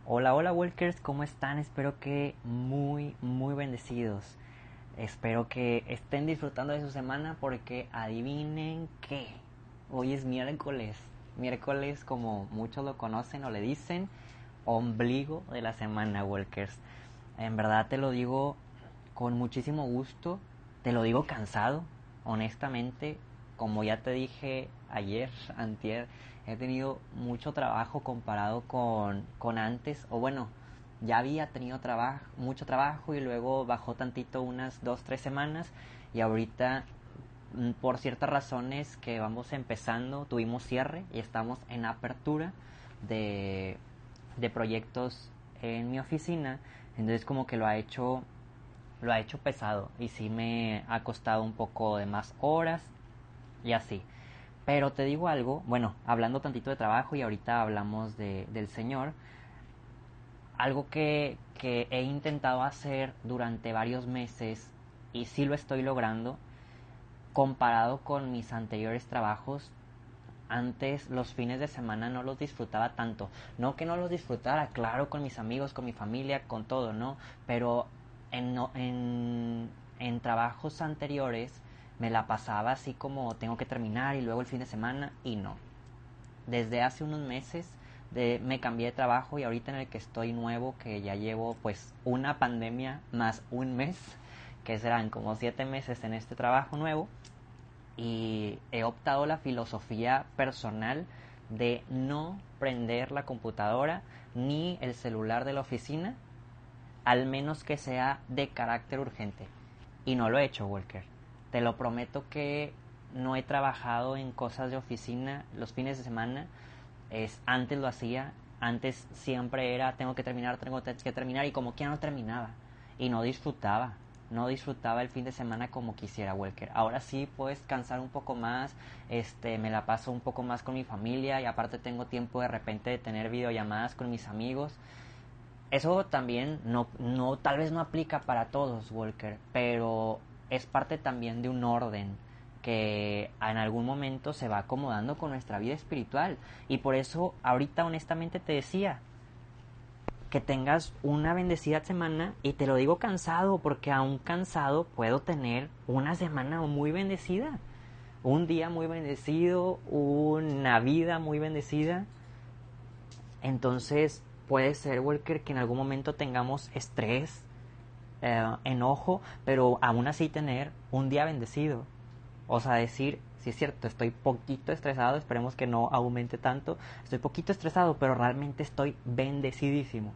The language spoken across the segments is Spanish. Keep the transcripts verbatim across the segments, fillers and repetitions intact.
Hola, hola Walkers, ¿cómo están? Espero que muy, muy bendecidos. Espero que estén disfrutando de su semana porque adivinen qué. Hoy es miércoles. Miércoles, como muchos lo conocen o le dicen, ombligo de la semana, Walkers. En verdad te lo digo con muchísimo gusto, te lo digo cansado, honestamente. Como ya te dije ayer, antier, he tenido mucho trabajo comparado con, con antes, o bueno, ya había tenido trabajo, mucho trabajo y luego bajó tantito unas dos, tres semanas y ahorita mm, por ciertas razones que vamos empezando, tuvimos cierre y estamos en apertura de, de proyectos en mi oficina, entonces como que lo ha hecho lo ha hecho pesado y sí me ha costado un poco de más horas y así. Pero te digo algo, bueno, hablando tantito de trabajo y ahorita hablamos de, del Señor, algo que, que he intentado hacer durante varios meses y sí lo estoy logrando, comparado con mis anteriores trabajos, antes los fines de semana no los disfrutaba tanto. No que no los disfrutara, claro, con mis amigos, con mi familia, con todo, ¿no? Pero en, no, en, en trabajos anteriores me la pasaba así como tengo que terminar y luego el fin de semana y no. Desde hace unos meses de, me cambié de trabajo y ahorita en el que estoy nuevo, que ya llevo pues una pandemia más un mes, que serán como siete meses en este trabajo nuevo, y he optado la filosofía personal de no prender la computadora ni el celular de la oficina, al menos que sea de carácter urgente. Y no lo he hecho, Walker. Te lo prometo que no he trabajado en cosas de oficina los fines de semana. Es, antes lo hacía, antes siempre era tengo que terminar, tengo que terminar y como que ya no terminaba y no disfrutaba, no disfrutaba el fin de semana como quisiera, Walker. Ahora sí puedes cansar un poco más, este, me la paso un poco más con mi familia y aparte tengo tiempo de repente de tener videollamadas con mis amigos. Eso también no, no, tal vez no aplica para todos, Walker, pero es parte también de un orden que en algún momento se va acomodando con nuestra vida espiritual. Y por eso ahorita honestamente te decía que tengas una bendecida semana y te lo digo cansado porque aún cansado puedo tener una semana muy bendecida, un día muy bendecido, una vida muy bendecida. Entonces puede ser, Walker, que en algún momento tengamos estrés, eh, enojo, pero aún así tener un día bendecido. O sea, decir, sí es cierto, estoy poquito estresado, esperemos que no aumente tanto, estoy poquito estresado, pero realmente estoy bendecidísimo.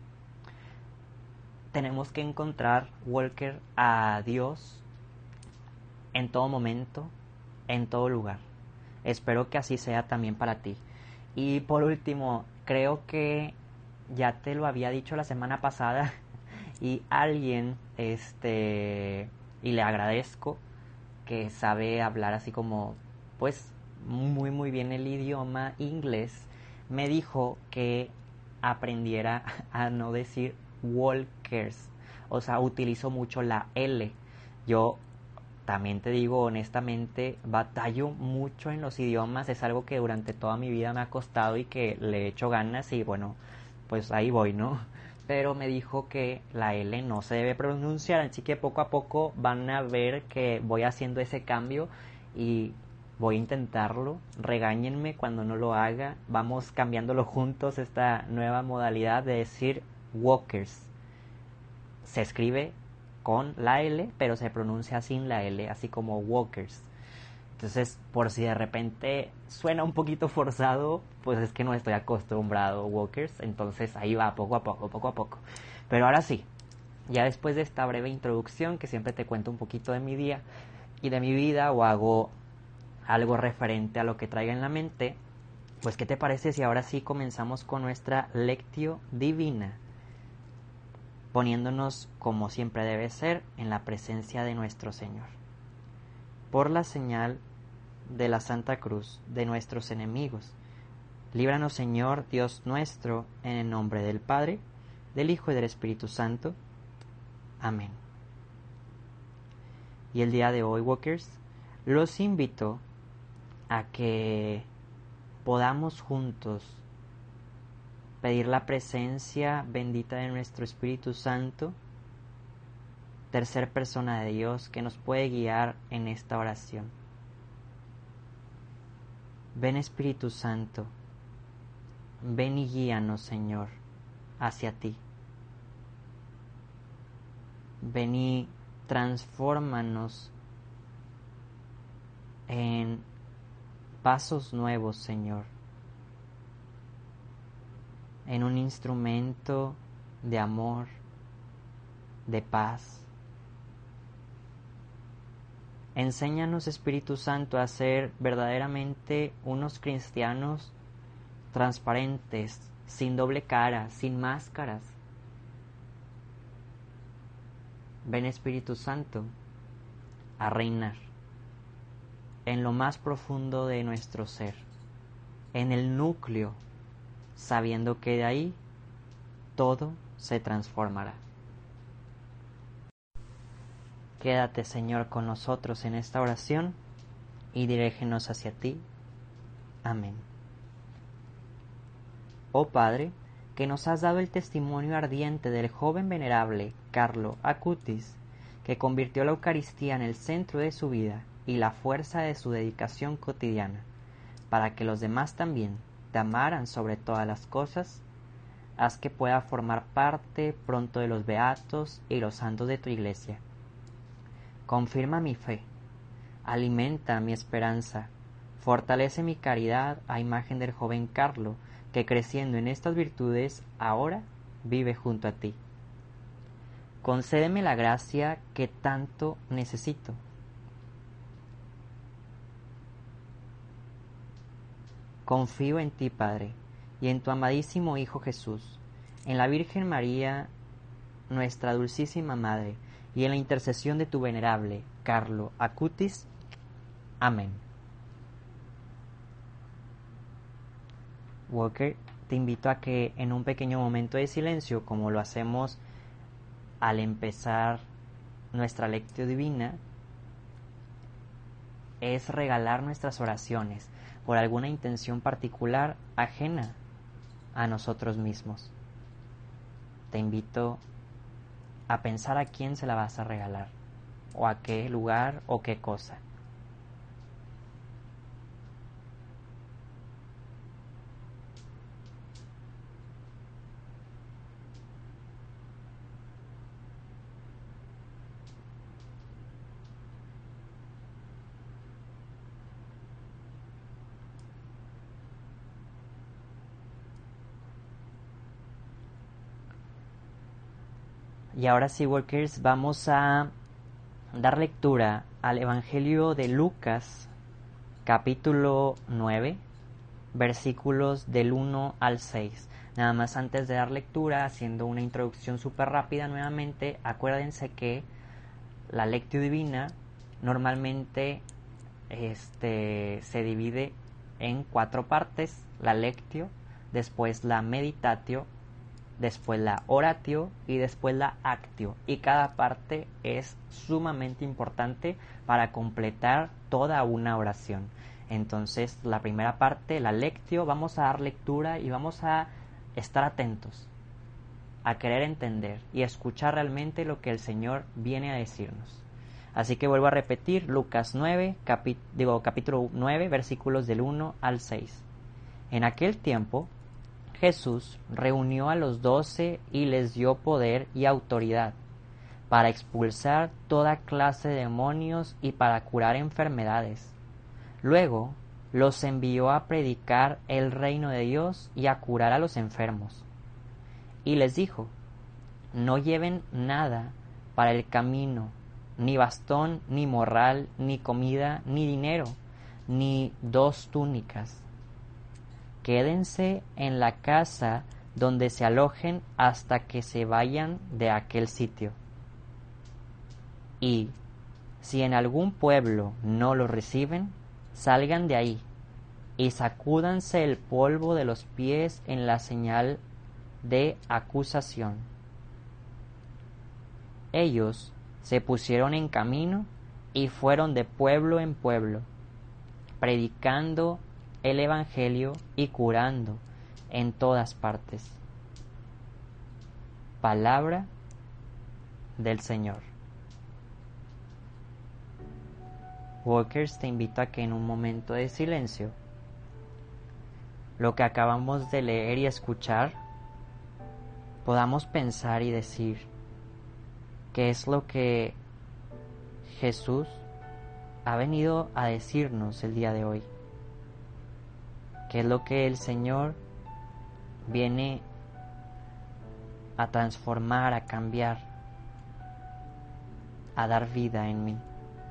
Tenemos que encontrar, Walker, a Dios en todo momento, en todo lugar. Espero que así sea también para ti. Y por último, creo que ya te lo había dicho la semana pasada y alguien, este, y le agradezco que sabe hablar así como, pues, muy muy bien el idioma inglés, me dijo que aprendiera a no decir walkers, o sea, utilizo mucho la L. Yo también te digo honestamente, batallo mucho en los idiomas, es algo que durante toda mi vida me ha costado y que le he hecho ganas y bueno, pues ahí voy, ¿no? Pero me dijo que la L no se debe pronunciar, así que poco a poco van a ver que voy haciendo ese cambio y voy a intentarlo. Regáñenme cuando no lo haga, vamos cambiándolo juntos, esta nueva modalidad de decir walkers. Se escribe con la L, pero se pronuncia sin la L, así como walkers. Entonces, por si de repente suena un poquito forzado, pues es que no estoy acostumbrado, walkers. Entonces ahí va, poco a poco, poco a poco. Pero ahora sí, ya después de esta breve introducción, que siempre te cuento un poquito de mi día y de mi vida, o hago algo referente a lo que traiga en la mente, pues ¿qué te parece si ahora sí comenzamos con nuestra lectio divina? Poniéndonos, como siempre debe ser, en la presencia de nuestro Señor. Por la señal de la Santa Cruz de nuestros enemigos, líbranos, Señor Dios nuestro, en el nombre del Padre, del Hijo y del Espíritu Santo. Amén. Y el día de hoy, Walkers, los invito a que podamos juntos pedir la presencia bendita de nuestro Espíritu Santo, tercer persona de Dios, que nos puede guiar en esta oración. Ven Espíritu Santo, ven y guíanos, Señor, hacia ti. Ven y transfórmanos en pasos nuevos, Señor, en un instrumento de amor, de paz. Enséñanos, Espíritu Santo, a ser verdaderamente unos cristianos transparentes, sin doble cara, sin máscaras. Ven, Espíritu Santo, a reinar en lo más profundo de nuestro ser, en el núcleo, sabiendo que de ahí todo se transformará. Quédate, Señor, con nosotros en esta oración y dirígenos hacia ti. Amén. Oh Padre, que nos has dado el testimonio ardiente del joven venerable Carlo Acutis, que convirtió la Eucaristía en el centro de su vida y la fuerza de su dedicación cotidiana, para que los demás también te amaran sobre todas las cosas, haz que pueda formar parte pronto de los beatos y los santos de tu Iglesia. Confirma mi fe, alimenta mi esperanza, fortalece mi caridad a imagen del joven Carlo, que creciendo en estas virtudes ahora vive junto a ti. Concédeme la gracia que tanto necesito. Confío en ti, Padre, y en tu amadísimo Hijo Jesús, en la Virgen María, nuestra dulcísima Madre, y en la intercesión de tu venerable Carlo Acutis. Amén. Walker, te invito a que en un pequeño momento de silencio, como lo hacemos al empezar nuestra lectio divina, es regalar nuestras oraciones por alguna intención particular ajena a nosotros mismos. Te invito a pensar a quién se la vas a regalar, o a qué lugar o qué cosa. Y ahora sí, Walkers, vamos a dar lectura al Evangelio de Lucas, capítulo nueve, versículos del uno al seis. Nada más antes de dar lectura, haciendo una introducción súper rápida nuevamente, acuérdense que la lectio divina normalmente este, se divide en cuatro partes: la lectio, después la meditatio, después la oratio y después la actio, y cada parte es sumamente importante para completar toda una oración. Entonces, la primera parte, la lectio, vamos a dar lectura y vamos a estar atentos, a querer entender y escuchar realmente lo que el Señor viene a decirnos. Así que vuelvo a repetir, Lucas nueve, capi- digo, capítulo nueve, versículos del uno al seis. En aquel tiempo, Jesús reunió a los doce y les dio poder y autoridad para expulsar toda clase de demonios y para curar enfermedades. Luego los envió a predicar el reino de Dios y a curar a los enfermos. Y les dijo: no lleven nada para el camino, ni bastón, ni morral, ni comida, ni dinero, ni dos túnicas. Quédense en la casa donde se alojen hasta que se vayan de aquel sitio. Y si en algún pueblo no los reciben, salgan de ahí y sacúdanse el polvo de los pies en la señal de acusación. Ellos se pusieron en camino y fueron de pueblo en pueblo, predicando el Evangelio y curando en todas partes. Palabra del Señor. Walkers, te invito a que en un momento de silencio, lo que acabamos de leer y escuchar, podamos pensar y decir qué es lo que Jesús ha venido a decirnos el día de hoy. Qué es lo que el Señor viene a transformar, a cambiar, a dar vida en mí.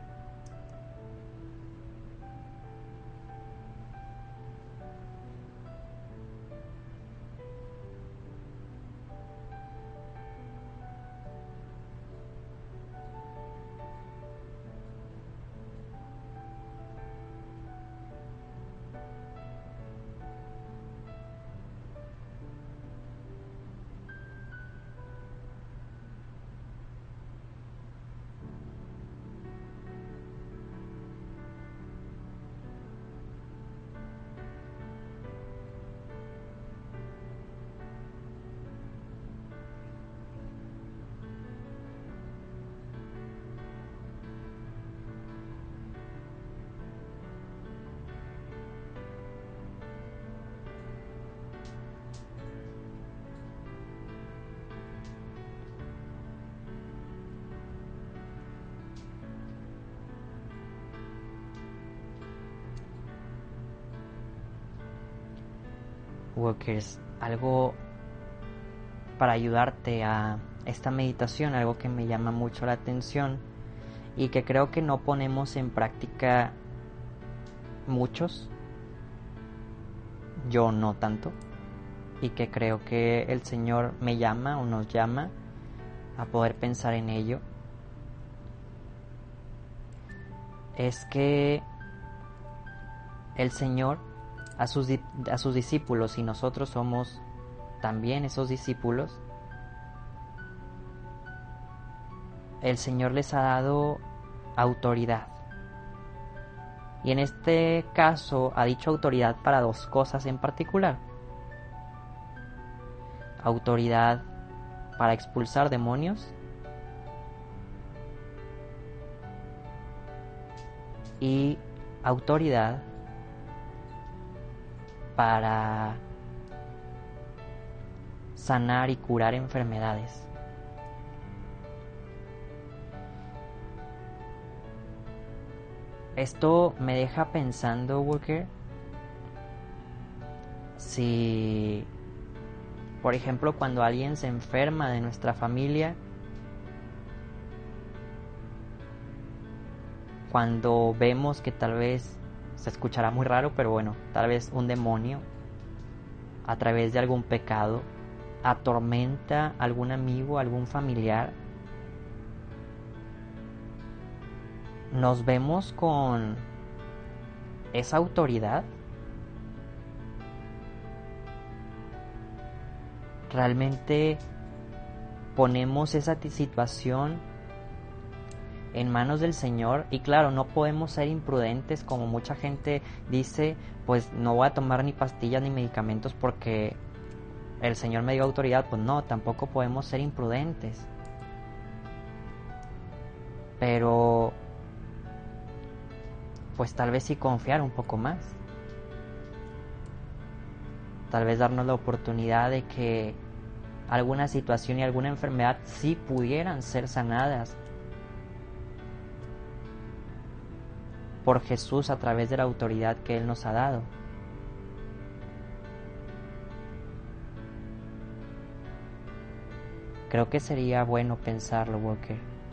Walkers, algo para ayudarte a esta meditación, algo que me llama mucho la atención y que creo que no ponemos en práctica muchos, yo no tanto, y que creo que el Señor me llama o nos llama a poder pensar en ello, es que el Señor a sus, a sus discípulos, y nosotros somos también esos discípulos, el Señor les ha dado autoridad. Y en este caso ha dicho autoridad para dos cosas en particular. Autoridad para expulsar demonios y autoridad para sanar y curar enfermedades. Esto me deja pensando, Walker, si, por ejemplo, cuando alguien se enferma de nuestra familia, cuando vemos que tal vez, se escuchará muy raro, pero bueno, tal vez un demonio, a través de algún pecado, atormenta a algún amigo, a algún familiar, nos vemos con esa autoridad. Realmente ponemos esa situación en manos del Señor, y claro, no podemos ser imprudentes como mucha gente dice, pues no voy a tomar ni pastillas ni medicamentos porque el Señor me dio autoridad. Pues no, tampoco podemos ser imprudentes, pero pues tal vez sí confiar un poco más, tal vez darnos la oportunidad de que alguna situación y alguna enfermedad sí pudieran ser sanadas por Jesús a través de la autoridad que Él nos ha dado. Creo que sería bueno pensarlo, Walker,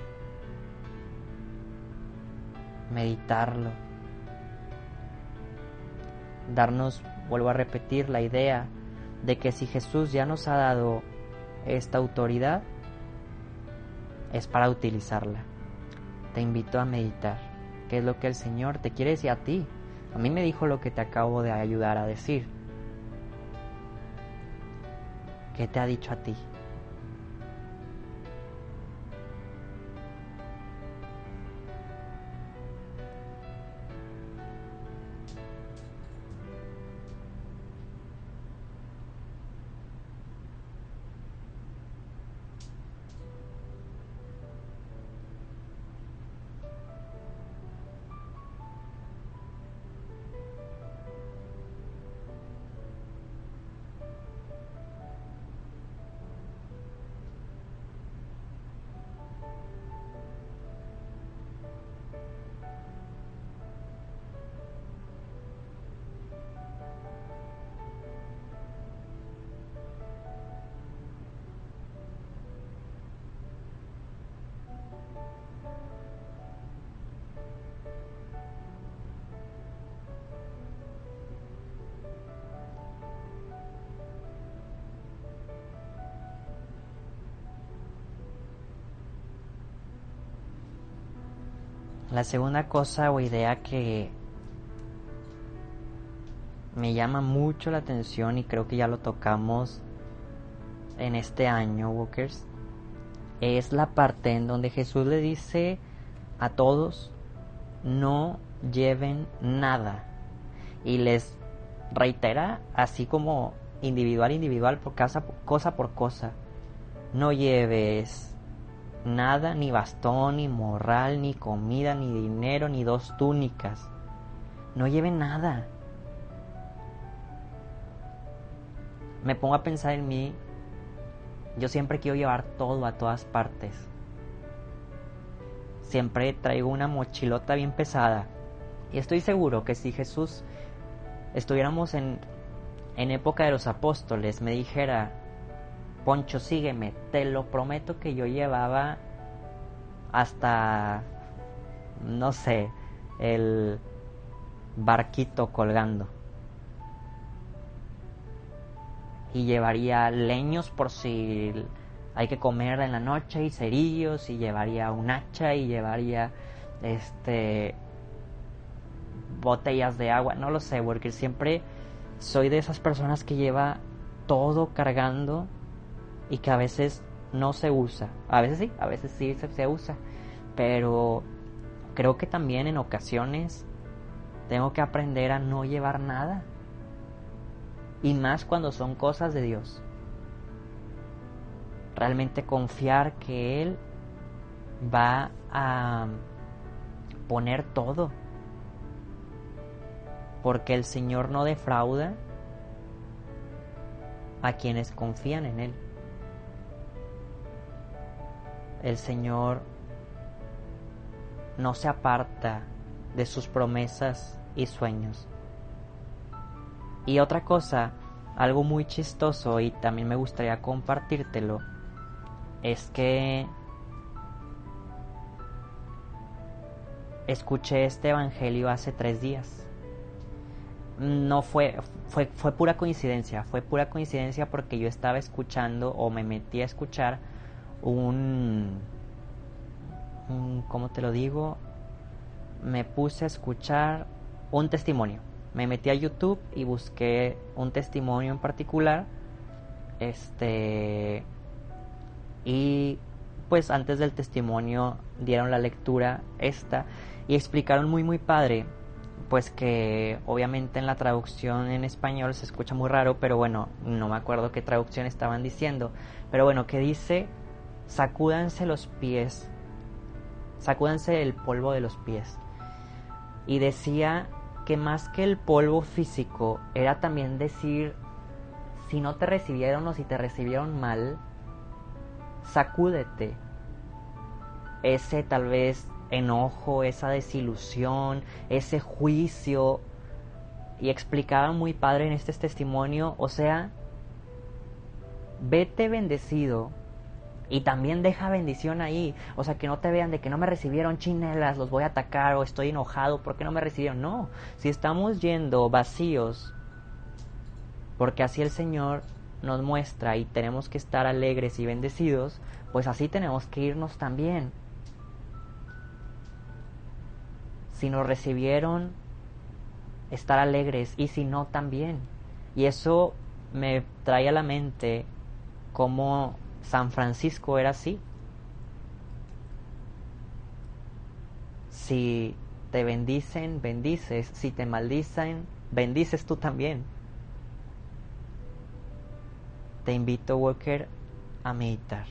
meditarlo, darnos, vuelvo a repetir, la idea de que si Jesús ya nos ha dado esta autoridad, es para utilizarla. Te invito a meditar. ¿Qué es lo que el Señor te quiere decir a ti? A mí me dijo lo que te acabo de ayudar a decir. ¿Qué te ha dicho a ti? La segunda cosa o idea que me llama mucho la atención, y creo que ya lo tocamos en este año, Walkers, es la parte en donde Jesús le dice a todos: no lleven nada, y les reitera así como individual individual por casa, cosa por cosa: no lleves nada, ni bastón, ni morral, ni comida, ni dinero, ni dos túnicas. No lleven nada. Me pongo a pensar en mí. Yo siempre quiero llevar todo a todas partes. Siempre traigo una mochilota bien pesada. Y estoy seguro que si Jesús estuviéramos en, en época de los apóstoles, me dijera: Poncho, sígueme, te lo prometo que yo llevaba hasta, no sé, el barquito colgando. Y llevaría leños por si hay que comer en la noche, y cerillos, y llevaría un hacha, y llevaría este botellas de agua, no lo sé, porque siempre soy de esas personas que lleva todo cargando y que a veces no se usa. A veces sí, a veces sí se, se usa, pero creo que también en ocasiones tengo que aprender a no llevar nada. Y más cuando son cosas de Dios. Realmente confiar que Él va a poner todo. Porque el Señor no defrauda a quienes confían en Él. El Señor no se aparta de sus promesas y sueños. Y otra cosa, algo muy chistoso, y también me gustaría compartírtelo, es que escuché este evangelio hace tres días. No fue, fue, fue pura coincidencia, fue pura coincidencia porque yo estaba escuchando, o me metí a escuchar un, un ¿cómo te lo digo? Me puse a escuchar un testimonio. Me metí a YouTube y busqué un testimonio en particular. Este. Y pues antes del testimonio dieron la lectura esta. Y explicaron muy muy padre. Pues que obviamente en la traducción en español se escucha muy raro. Pero bueno, no me acuerdo qué traducción estaban diciendo. Pero bueno, que dice: sacúdanse los pies. Sacúdanse el polvo de los pies. Y decía que más que el polvo físico, era también decir: si no te recibieron o si te recibieron mal, sacúdete ese tal vez enojo, esa desilusión, ese juicio. Y explicaba muy padre en este testimonio, o sea, vete bendecido y también deja bendición ahí. O sea, que no te vean de que no me recibieron, chinelas, los voy a atacar, o estoy enojado porque no me recibieron. No, si estamos yendo vacíos, porque así el Señor nos muestra, y tenemos que estar alegres y bendecidos, pues así tenemos que irnos también. Si nos recibieron, estar alegres, y si no, también. Y eso me trae a la mente cómo San Francisco era así. Si te bendicen, bendices. Si te maldicen, bendices tú también. Te invito, Walker, a meditar.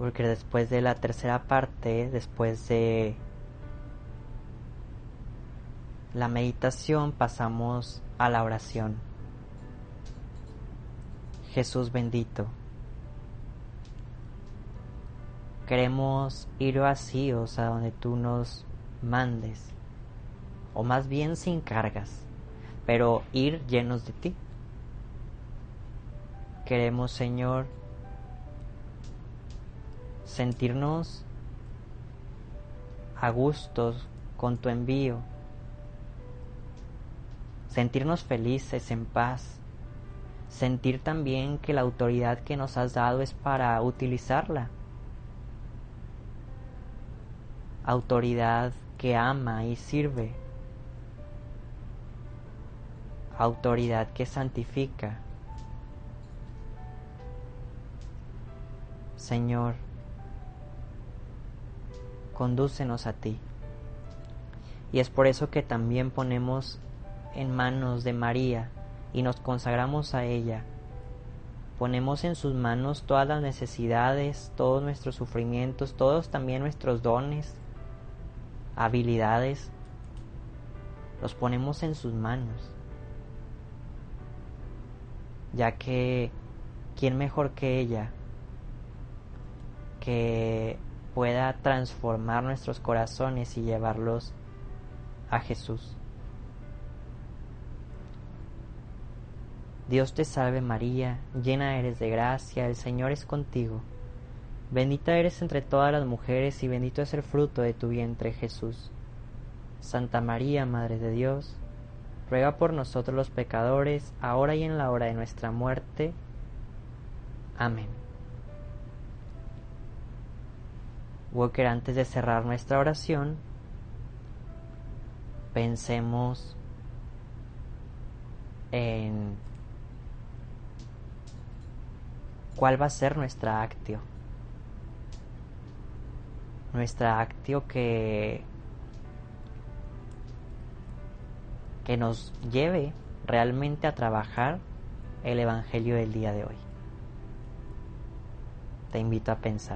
porque después de la tercera parte, después de la meditación, pasamos a la oración. Jesús bendito, queremos ir vacíos a donde tú nos mandes, o más bien sin cargas, pero ir llenos de ti. Queremos, Señor, sentirnos a gustos con tu envío, sentirnos felices, en paz, sentir también que la autoridad que nos has dado es para utilizarla, autoridad que ama y sirve, autoridad que santifica. Señor, condúcenos a ti. Y es por eso que también ponemos en manos de María y nos consagramos a ella. Ponemos en sus manos todas las necesidades, todos nuestros sufrimientos, todos también nuestros dones, habilidades. Los ponemos en sus manos, ya que ¿quién mejor que ella que pueda transformar nuestros corazones y llevarlos a Jesús? Dios te salve María, llena eres de gracia, el Señor es contigo. Bendita eres entre todas las mujeres y bendito es el fruto de tu vientre Jesús. Santa María, Madre de Dios, ruega por nosotros los pecadores, ahora y en la hora de nuestra muerte. Amén. Walker, antes de cerrar nuestra oración, pensemos en cuál va a ser nuestra actio. Nuestra actio que, que nos lleve realmente a trabajar el Evangelio del día de hoy. Te invito a pensar.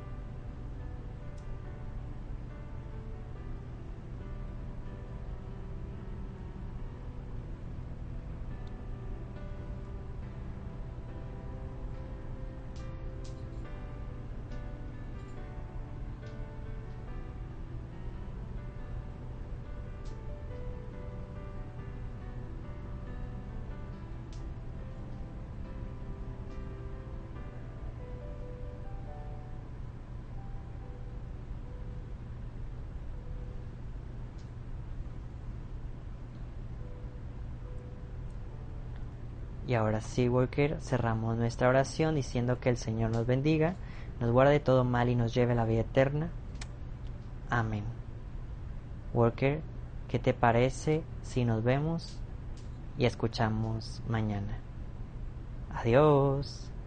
Y ahora sí, Walker, cerramos nuestra oración diciendo que el Señor nos bendiga, nos guarde de todo mal y nos lleve a la vida eterna. Amén. Walker, ¿qué te parece si nos vemos y escuchamos mañana? Adiós.